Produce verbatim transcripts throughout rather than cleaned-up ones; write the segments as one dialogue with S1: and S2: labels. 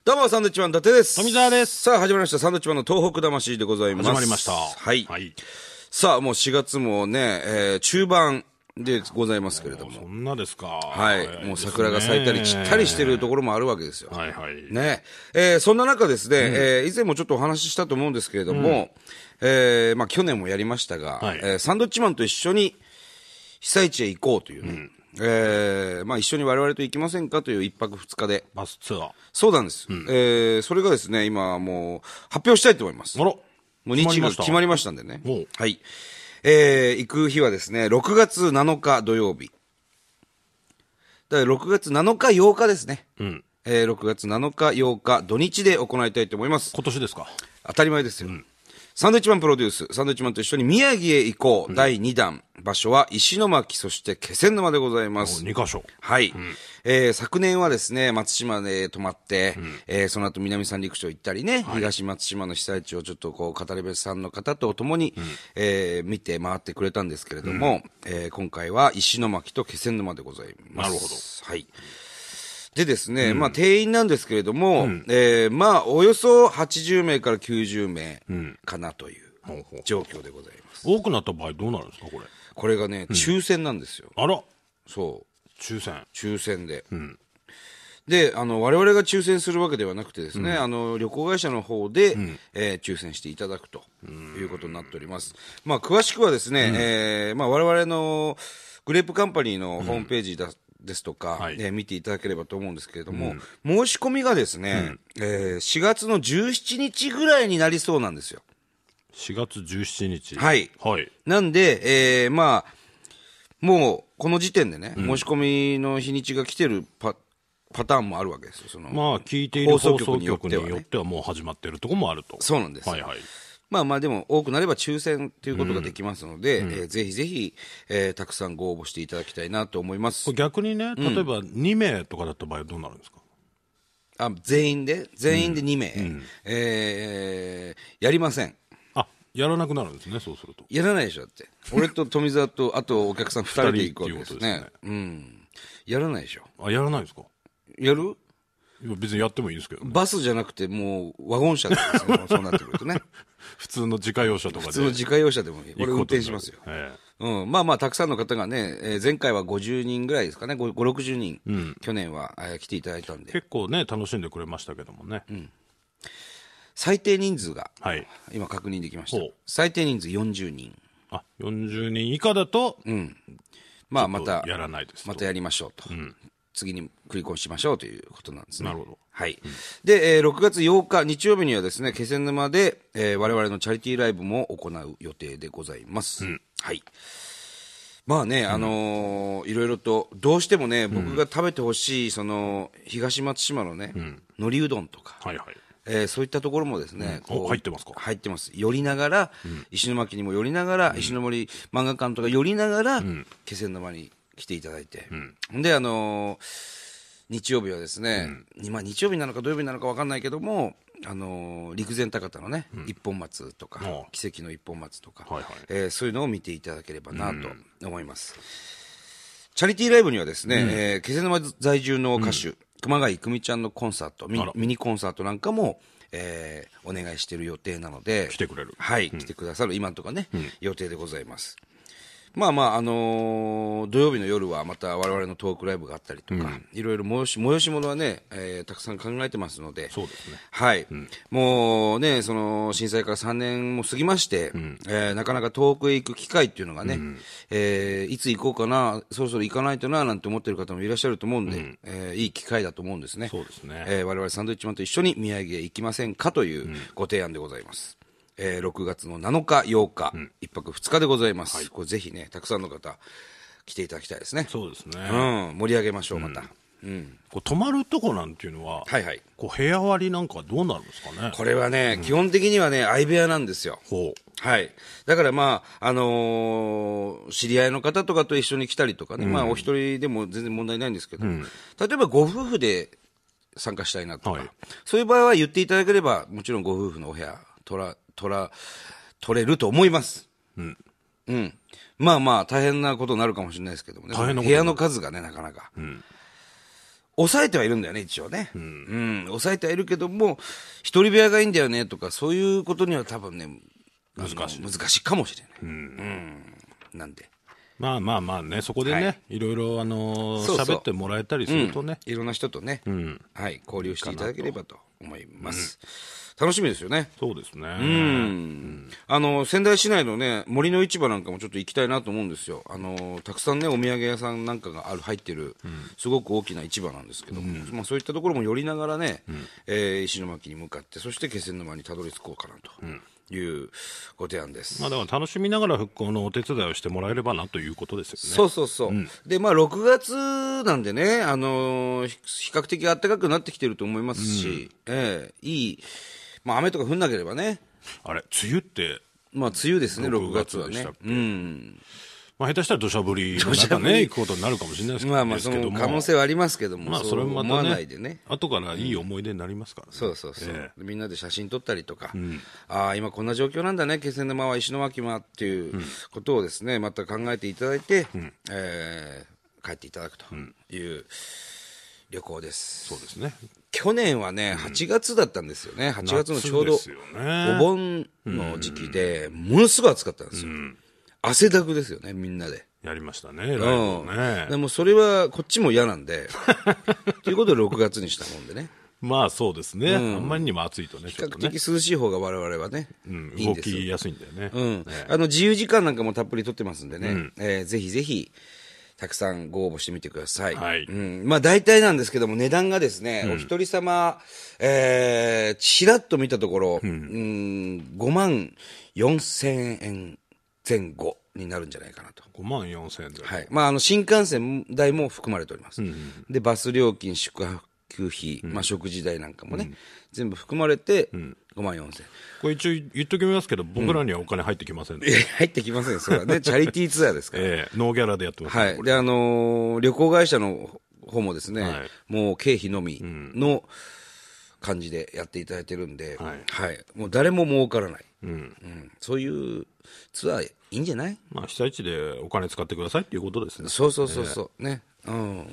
S1: どうも、サンドウィッチマン伊達です。
S2: 富澤です。
S1: さあ、始まりました。サンドウィッチマンの東北魂でございます。
S2: 始まりました。
S1: はい。
S2: はい、
S1: さあ、もうしがつもね、えー、中盤でございますけれども。
S2: そんなですか。
S1: はい。ね、もう桜が咲いたり散ったりしてるところもあるわけですよ。
S2: はいはい。
S1: ね。えー、そんな中ですね、うん、えー、以前もちょっとお話ししたと思うんですけれども、うん、えー、まあ去年もやりましたが、はい、えー、サンドウィッチマンと一緒に被災地へ行こうというね。うん、えー、まあ一緒に我々と行きませんかという一泊二日で。
S2: バスツアー。
S1: そうなんです。うん、えー、それがですね、今もう発表したいと思います。
S2: あら。
S1: もう日が決まりましたんでね。はい。えー、行く日はですね、ろくがつなのか土曜日。だからろくがつなのかようかですね。うん。えー、ろくがつなのかようか土日で行いたいと思います。
S2: 今年ですか。
S1: 当たり前ですよ。うん、サンドウィッチマンプロデュース、サンドウィッチマンと一緒に宮城へ行こう、うん、だいにだん。場所は石巻、そして気仙沼でございます。
S2: にかしょ。
S1: はい。うん、えー、昨年はですね、松島で泊まって、うん、えー、その後南三陸町行ったりね、はい、東松島の被災地をちょっとこう、語り部さんの方と共に、うん、えー、見て回ってくれたんですけれども、うん、えー、今回は石巻と気仙沼でございます。
S2: なるほど。
S1: はい。でですね、うん、まあ定員なんですけれども、うん、えー、まあおよそはちじゅうめいからきゅうじゅうめいかなという状況でございます。
S2: 多くなった場合どうなるんですかこれ。
S1: これがね、うん、抽選なんですよ。
S2: あら。
S1: そう。
S2: 抽選。
S1: 抽選で。
S2: うん、
S1: で、あの、我々が抽選するわけではなくてですね、うん、あの、旅行会社の方で、うん、えー、抽選していただくということになっております。まあ、詳しくはですね、うん、えー、まあ、我々のグレープカンパニーのホームページだ、ですとか、はい、えー、見ていただければと思うんですけれども、うん、申し込みがですね、うん、えー、しがつのじゅうしちにちぐらいになりそうなんですよ。
S2: しがつじゅうしちにち。
S1: はい。
S2: はい。
S1: なんで、えー、まあ、もう、この時点でね、うん、申し込みの日にちが来てるパ、パターンもあるわけですよ。その
S2: まあ、聞いている放送局によっては、ね、よってはもう始まっているところもあると。
S1: そうなんです。
S2: はいはい。ま
S1: あまあでも多くなれば抽選ということができますので、うん、えー、ぜひぜひ、えー、たくさんご応募していただきたいなと思います。
S2: これ逆にね、例えばにめいとかだった場合はどうなるんですか。
S1: あ、全員で全員でにめい、うん、えー、やりません。
S2: あ、やらなくなるんですね、そうすると。
S1: やらないでしょ、だって。俺と富澤と、あとお客さんふたりで行くわけですね。ですね。うん。やらないでしょ。
S2: あ、やらないですか。
S1: やる？
S2: 別にやってもいいですけどね。
S1: バスじゃなくてもうワゴン車ですね。そうなってくるとね。
S2: 普通の自家用車とかで。
S1: 普通の自家用車でもいい。これ運転しますよ。ええ、うん。まあまあ、たくさんの方がね、えー、前回はごじゅうにんぐらいですかね。ご、ろくじゅうにん。うん、去年は、えー、来ていただいたんで。
S2: 結構ね、楽しんでくれましたけどもね。うん。
S1: 最低人数が、
S2: はい。
S1: 今確認できました。最低人数よんじゅうにん。
S2: あ、よんじゅうにん以下だと、
S1: うん。まあまた、
S2: やらないです。
S1: またやりましょうと。うん。次に繰り越しましょうということなんですね。
S2: なるほど。
S1: はい。うん、で、えー、ろくがつようか日曜日にはですね、気仙沼で、えー、我々のチャリティーライブも行う予定でございます。うん、はい。まあね、あのー、いろいろと、どうしてもね、僕が食べてほしい、その、東松島のね、うん、海苔うどんとか、
S2: はいはい。
S1: えー、そういったところもですね、
S2: うん、入ってますか。
S1: 入ってます。寄りながら、うん、石巻にも寄りながら、うん、石森漫画館とか寄りながら、うん、気仙沼に来ていただいて、うん、で、あのー、日曜日はですね、うん、まあ日曜日なのか土曜日なのか分かんないけども、あのー、陸前高田のね、うん、一本松とか、奇跡の一本松とか、はいはい、えー、そういうのを見ていただければなと思います。うん、チャリティーライブにはですね、うん、えー、気仙沼在住の歌手、うん、熊谷久美ちゃんのコンサート、ミ, ミニコンサートなんかも、えー、お願いしている予定なので、
S2: 来てくれる。
S1: はい、うん、来てくださる、今のところね、うん、予定でございます。まあまあ、あのー、土曜日の夜はまた我々のトークライブがあったりとか、うん、いろいろ催し、催し物はね、えー、たくさん考えてますので、
S2: そうですね。
S1: はい。うん、もうね、その、震災からさんねんも過ぎまして、うん、えー、なかなか遠くへ行く機会っていうのがね、うん、えー、いつ行こうかな、そろそろ行かないとな、なんて思ってる方もいらっしゃると思うんで、うん、えー、いい機会だと思うんですね。
S2: そうですね。
S1: えー、我々サンドウィッチマンと一緒に宮城へ行きませんかというご提案でございます。えー、ろくがつのなのかようか、うん、いっぱくふつかでございます、はい、これぜひねたくさんの方来ていただきたいですね。
S2: そうですね、
S1: うん、盛り上げましょうまた、うんうん、
S2: こう泊まるとこなんていうのは、はいはい、こう部屋割りなんかどうなるんですかね。
S1: これはね、うん、基本的にはね相部屋なんですよ。
S2: ほう、
S1: はい、だからまああのー、知り合いの方とかと一緒に来たりとかね、うん、まあお一人でも全然問題ないんですけど、うん、例えばご夫婦で参加したいなとか、はい、そういう場合は言っていただければもちろんご夫婦のお部屋取ら取ら取れると思います。うん。うん。まあまあ大変なことになるかもしれないですけどもね。大変なこと。部屋の数がねなかなか、うん、 抑えてはいるんだよね、一応ね。うん。うん、抑えてはいるけども、一人部屋がいいんだよね、とか、そういうことには多分ね、難しい。難しいかもしれない。うん。うん、なんで。
S2: まあまあまあね、そこでね、はい、いろいろあのー、喋ってもらえたりするとね、
S1: うん、いろんな人とね、うん、はい、交流していただければと思います。うん、楽しみですよね。
S2: そうですね。うん。
S1: うん、あの、仙台市内のね、森の市場なんかもちょっと行きたいなと思うんですよ。あの、たくさんね、お土産屋さんなんかがある、入ってる、うん、すごく大きな市場なんですけども、うん、まあそういったところも寄りながらね、うん、えー、石巻に向かって、そして気仙沼にたどり着こうかなと。うんいうご提案です。
S2: まあだから楽しみながら復興のお手伝いをしてもらえればなということですよね。
S1: そうそうそう。うん、で、まあろくがつなんでね、あのー、比較的暖かくなってきてると思いますし、うん、ええー、いい、まあ雨とか降んなければね。
S2: あれ、梅雨って。
S1: まあ梅雨ですね、ろくがつはね。うん。
S2: まあ、下手したら土砂降りの中ね、行くことになるかもしれないですけども。まあまあ、その
S1: 可能性はありますけども、
S2: まあ、それもまたね、後からいい思い出になりますからね。
S1: そうそうそう。えー、みんなで写真撮ったりとか、うん、ああ、今こんな状況なんだね、気仙沼は石巻はっていうことをですね、また考えていただいて、うん、えー、帰っていただくという旅行です。
S2: そうですね。
S1: 去年はね、はちがつだったんですよね。はちがつのちょうどお盆の時期で、ものすごい暑かったんですよ。うん、汗だくですよね、みんなで。
S2: やりましたね、ライブをね。
S1: でもそれはこっちも嫌なんで、ということでろくがつにしたもんでね。
S2: まあそうですね、うん、あんまりにも暑いとね、
S1: 比較的涼しい方が我々はね、
S2: うん、いいんですよ。動きやすいんだよね。
S1: うん、ね、あの自由時間なんかもたっぷり取ってますんでね、うん、えー、ぜひぜひ、たくさんご応募してみてください。はい。うん、まあ大体なんですけども、値段がですね、うん、お一人様、えー、ちらっと見たところ、うん、うんごまんよんせんえんぜん後になるんじゃないかなと。
S2: ごまんよんせんえんぜん後。
S1: はい。まあ、あの、新幹線代も含まれております。うんうん、で、バス料金、宿泊費、うん、まあ、食事代なんかもね、うん、全部含まれて、ごまんよんせんえん。
S2: これ一応言っときますけど、僕らにはお金入ってきません、ね。
S1: いや、入ってきません。それはね、チャリティーツアーですから。
S2: ええー、ノーギャラでやってます、ね。
S1: はい。で、あのー、旅行会社の方もですね、はい、もう経費のみの感じでやっていただいてるんで、はい。はい、もう誰も儲からない。うん。うん、そういうツアーいいんじゃない？
S2: まあ、被災地でお金使ってくださいっていうことですね。
S1: そうそうそうそう。えー、ね。うん。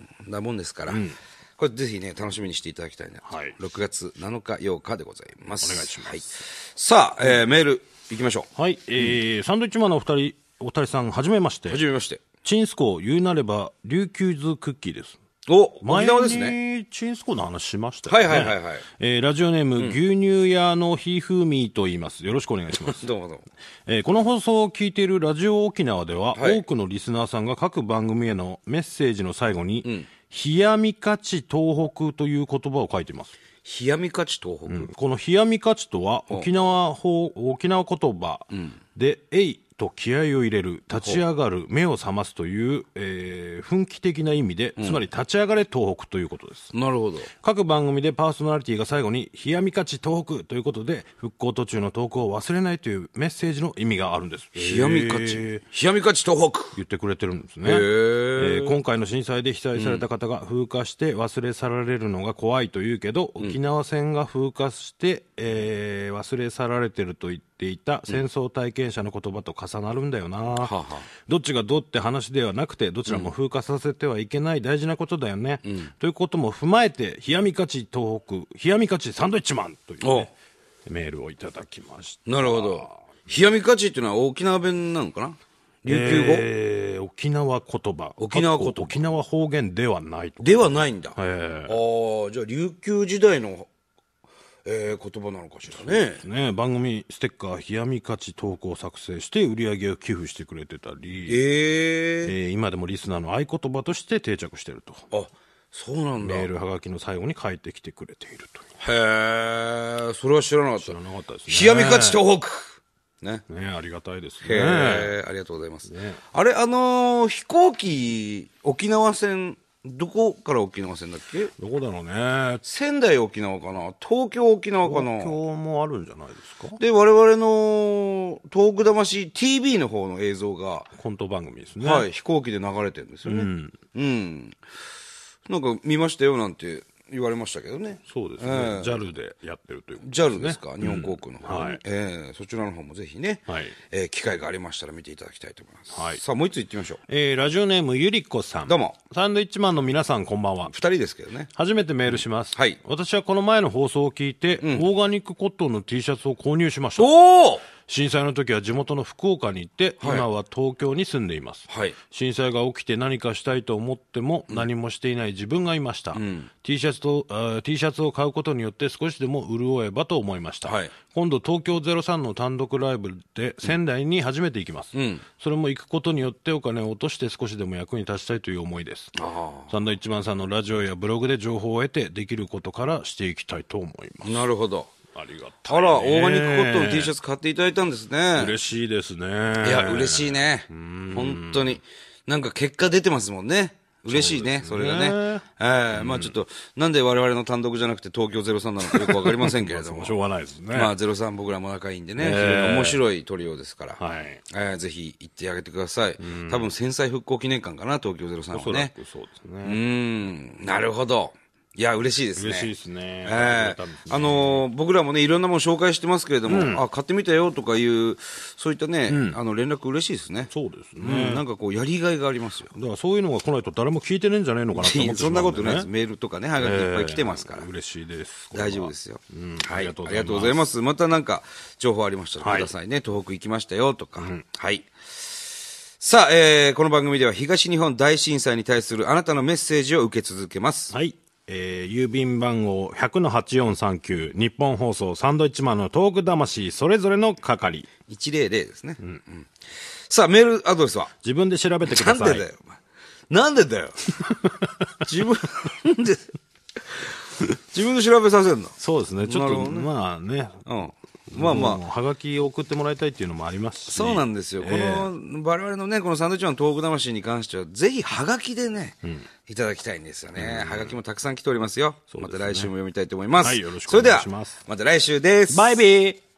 S1: なもんですから。うん、これぜひね、楽しみにしていただきたいな。はい。ろくがつなのか、ようかでございます。
S2: お願いします。はい、
S1: さあ、えー、メール行きましょ
S2: う。はい。えー、うん、サンドイッチマンのお二人、お二人さん、はじめまして。
S1: はじめまして。
S2: チンスコー、言うなれば、琉球ズクッキーです。
S1: お、沖縄ですね。
S2: 前にチンスコーの話しましたよね。
S1: はいはいはいはい。
S2: えー、ラジオネーム、うん、牛乳屋のひふみと言います。よろしくお願いします。
S1: どうもどうも。
S2: えー、この放送を聞いているラジオ沖縄では、はい、多くのリスナーさんが各番組へのメッセージの最後に、うん、冷やみかち東北という言葉を書いています。
S1: 冷やみかち東北、うん、
S2: この冷やみかちとは沖縄法沖縄言葉で、うん、えいと気合を入れる、立ち上がる、目を覚ますという、えー、奮起的な意味で、つまり立ち上がれ東北ということです。
S1: なるほど。
S2: 各番組でパーソナリティが最後に冷やみかち東北ということで、復興途中のトークを忘れないというメッセージの意味があるんです。
S1: 冷やみかち冷やみかち東北
S2: 言ってくれてるんですね。えー、今回の震災で被災された方が風化して忘れ去られるのが怖いと言うけど、うん、沖縄戦が風化して、えー、忘れ去られてると言っていた戦争体験者の言葉と重なるんだよな、うんははどっちがどうって話ではなくて、どちらも風化させてはいけない大事なことだよね、うん、ということも踏まえて、冷やみかち東北冷やみかちサンドイッチマンという、ね、メールをいただきました。
S1: なるほど。冷やみかちっていうのは沖縄弁なのかな、琉球語、
S2: えー、沖縄言葉、
S1: 沖縄言葉、
S2: 沖縄方言ではないと。
S1: ではないんだ。
S2: え
S1: ー、ああ、じゃあ琉球時代のえー、言葉なのかしらね。
S2: ね、番組ステッカー冷やみかち投稿を作成して売り上げを寄付してくれてたり、
S1: えー
S2: えー、今でもリスナーの合言葉として定着してると。
S1: あ、そうなんだ。
S2: メールはがきの最後に書いてきてくれているという。
S1: へえ、それは知らなかった。
S2: 知らなかったですね。
S1: 冷やみかち東北ね。
S2: ね、ありがたいですね。
S1: へえ、ありがとうございます。ね、あれ、あのー、飛行機沖縄線、どこから沖縄線だっけ？
S2: どこだろうね。
S1: 仙台沖縄かな、東京沖縄かな。
S2: 東京もあるんじゃないですか。
S1: で、我々の東北魂 ティービー の方の映像が
S2: コント番組ですね。
S1: はい、飛行機で流れてるんですよね。うん、うん、なんか見ましたよなんて言われましたけどね。
S2: そうですね、えー、ジャル でやってるということですね。
S1: ジャル ですか、日本航空の方、うん、はい、えー、そちらの方もぜひね、はい、えー、機会がありましたら見ていただきたいと思います、はい、さあもう一ついってみましょう。
S2: えー、ラジオネームゆりこさん、
S1: どうも。
S2: サンドイッチマンの皆さんこんばんは。
S1: ふたりですけどね。
S2: 初めてメールします、
S1: うん、はい。
S2: 私はこの前の放送を聞いて、うん、オーガニックコットンの T シャツを購入しました。
S1: おー、
S2: 震災の時は地元の福岡に行って、はい、今は東京に住んでいます、はい、震災が起きて何かしたいと思っても、うん、何もしていない自分がいました、うん、T シャツとあ T シャツを買うことによって少しでも潤えばと思いました、はい、今度東京ゼロさんの単独ライブで仙台に初めて行きます、うん、それも行くことによってお金を落として少しでも役に立ちたいという思いです。サンドイッチマンさんのラジオやブログで情報を得てできることからしていきたいと思います。
S1: なるほど、
S2: ありがたい、ね、
S1: あら、オーガニックコットンの T シャツ買っていただいたんですね。
S2: 嬉しいですね。い
S1: や、嬉しいね。本当に。なんか結果出てますもんね。嬉しいね、それがね。えー、まあちょっと、なんで我々の単独じゃなくて東京ゼロさんなのかよくわかりませんけれども。
S2: しょうがないですね。
S1: まあゼロさん僕らも仲いいんでね、えー、非常に面白いトリオですから、はい、えー、ぜひ行ってあげてください。多分戦災復興記念館かな、東京ゼロさんはね。おそらくそうですね。うん、なるほど。いや、嬉しいですね。
S2: 嬉しいですね。
S1: えー、あのー、僕らもね、いろんなもの紹介してますけれども、うん、あ、買ってみたよとかいう、そういったね、うん、あの、連絡嬉しいですね。
S2: そうですね、
S1: うん。なんかこう、やりがいがありますよ。
S2: だからそういうのが来ないと誰も聞いてねえんじゃねえのかなと思ってしまうんで、ね、
S1: そんなことないです。メールとかね、はがきいっぱい来てますから。
S2: えー、嬉しいです。
S1: 大丈夫ですよ。
S2: うん、
S1: はい。ありがとうございます。またなんか、情報ありましたらくださいね。はい、東北行きましたよとか。うん、はい。さあ、えー、この番組では東日本大震災に対するあなたのメッセージを受け続けます。
S2: はい。えー、郵便番号 ひゃくのはちよんさんきゅう 日本放送サンドイッチマンのトーク魂それぞれの係
S1: いちまるゼロですね、うんうん、さあメールアドレスは
S2: 自分で調べてください。
S1: なんでだよなんでだよ自分で自分で調べさせるの。
S2: そうですね、ちょっと、ね、まあね、うん、まあまあはがきを送ってもらいたいっていうのもありますし。
S1: そうなんですよ、えー、この我々のねこのサンドイッチマンのトーク魂に関してはぜひはがきでね、うん、いただきたいんですよね、うん、はがきもたくさん来ておりますよ。すね、また来週も読みたいと思います。
S2: はい、よろしくお願いします。
S1: それではまた来週です。
S2: バイビー。